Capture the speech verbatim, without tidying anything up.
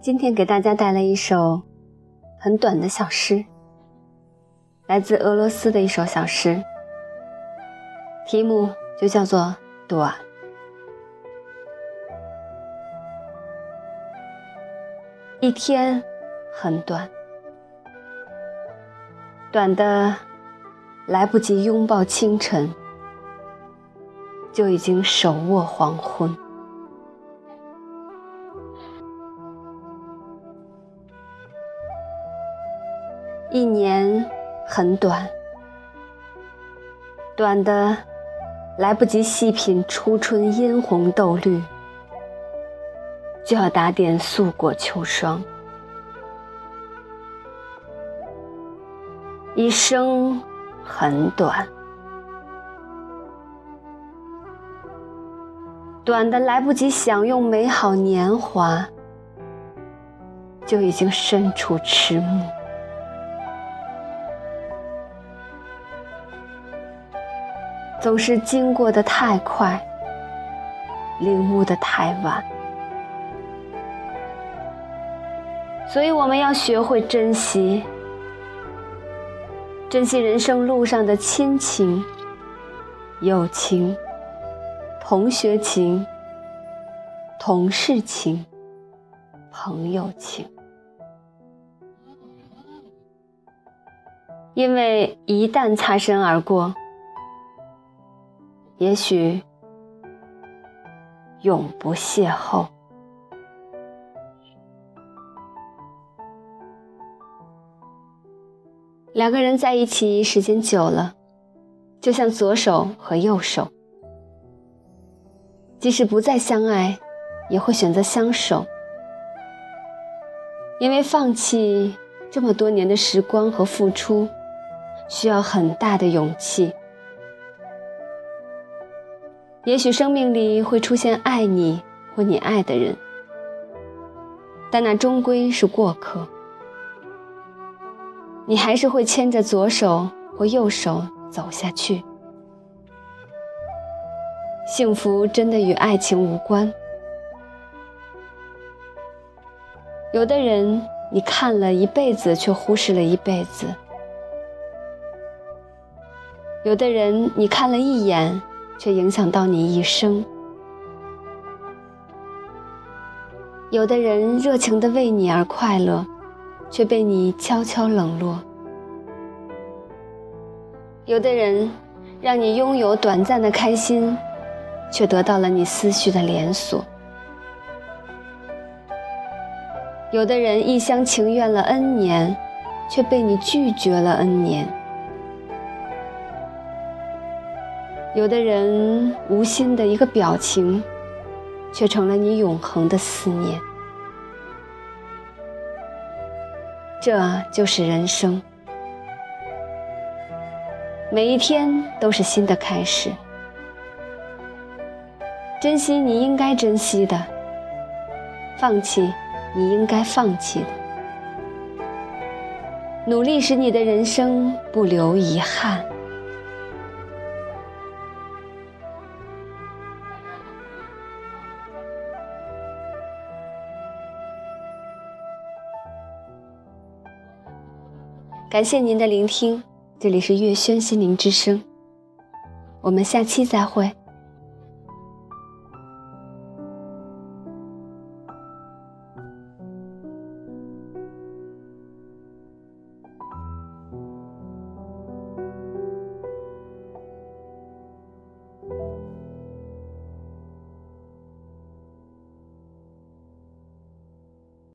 今天给大家带来一首很短的小诗，来自俄罗斯的一首小诗，题目就叫做短。一天很短，短的来不及拥抱清晨，就已经手握黄昏。一年很短，短的来不及细品初春殷红豆绿，就要打点素裹秋霜。一生很短，短的来不及享用美好年华，就已经身处迟暮。总是经过得太快，领悟得太晚，所以我们要学会珍惜，珍惜人生路上的亲情、友情、同学情、同事情、朋友情。因为一旦擦身而过，也许永不邂逅。两个人在一起时间久了，就像左手和右手，即使不再相爱，也会选择相守。因为放弃这么多年的时光和付出，需要很大的勇气。也许生命里会出现爱你或你爱的人，但那终归是过客。你还是会牵着左手或右手走下去。幸福真的与爱情无关。有的人你看了一辈子却忽视了一辈子，有的人你看了一眼却影响到你一生，有的人热情地为你而快乐，却被你悄悄冷落，有的人让你拥有短暂的开心，却得到了你思绪的连锁，有的人一厢情愿了 N 年，却被你拒绝了 N 年，有的人无心的一个表情，却成了你永恒的思念。这就是人生，每一天都是新的开始。珍惜你应该珍惜的，放弃你应该放弃的，努力使你的人生不留遗憾。感谢您的聆听，这里是月轩心灵之声，我们下期再会。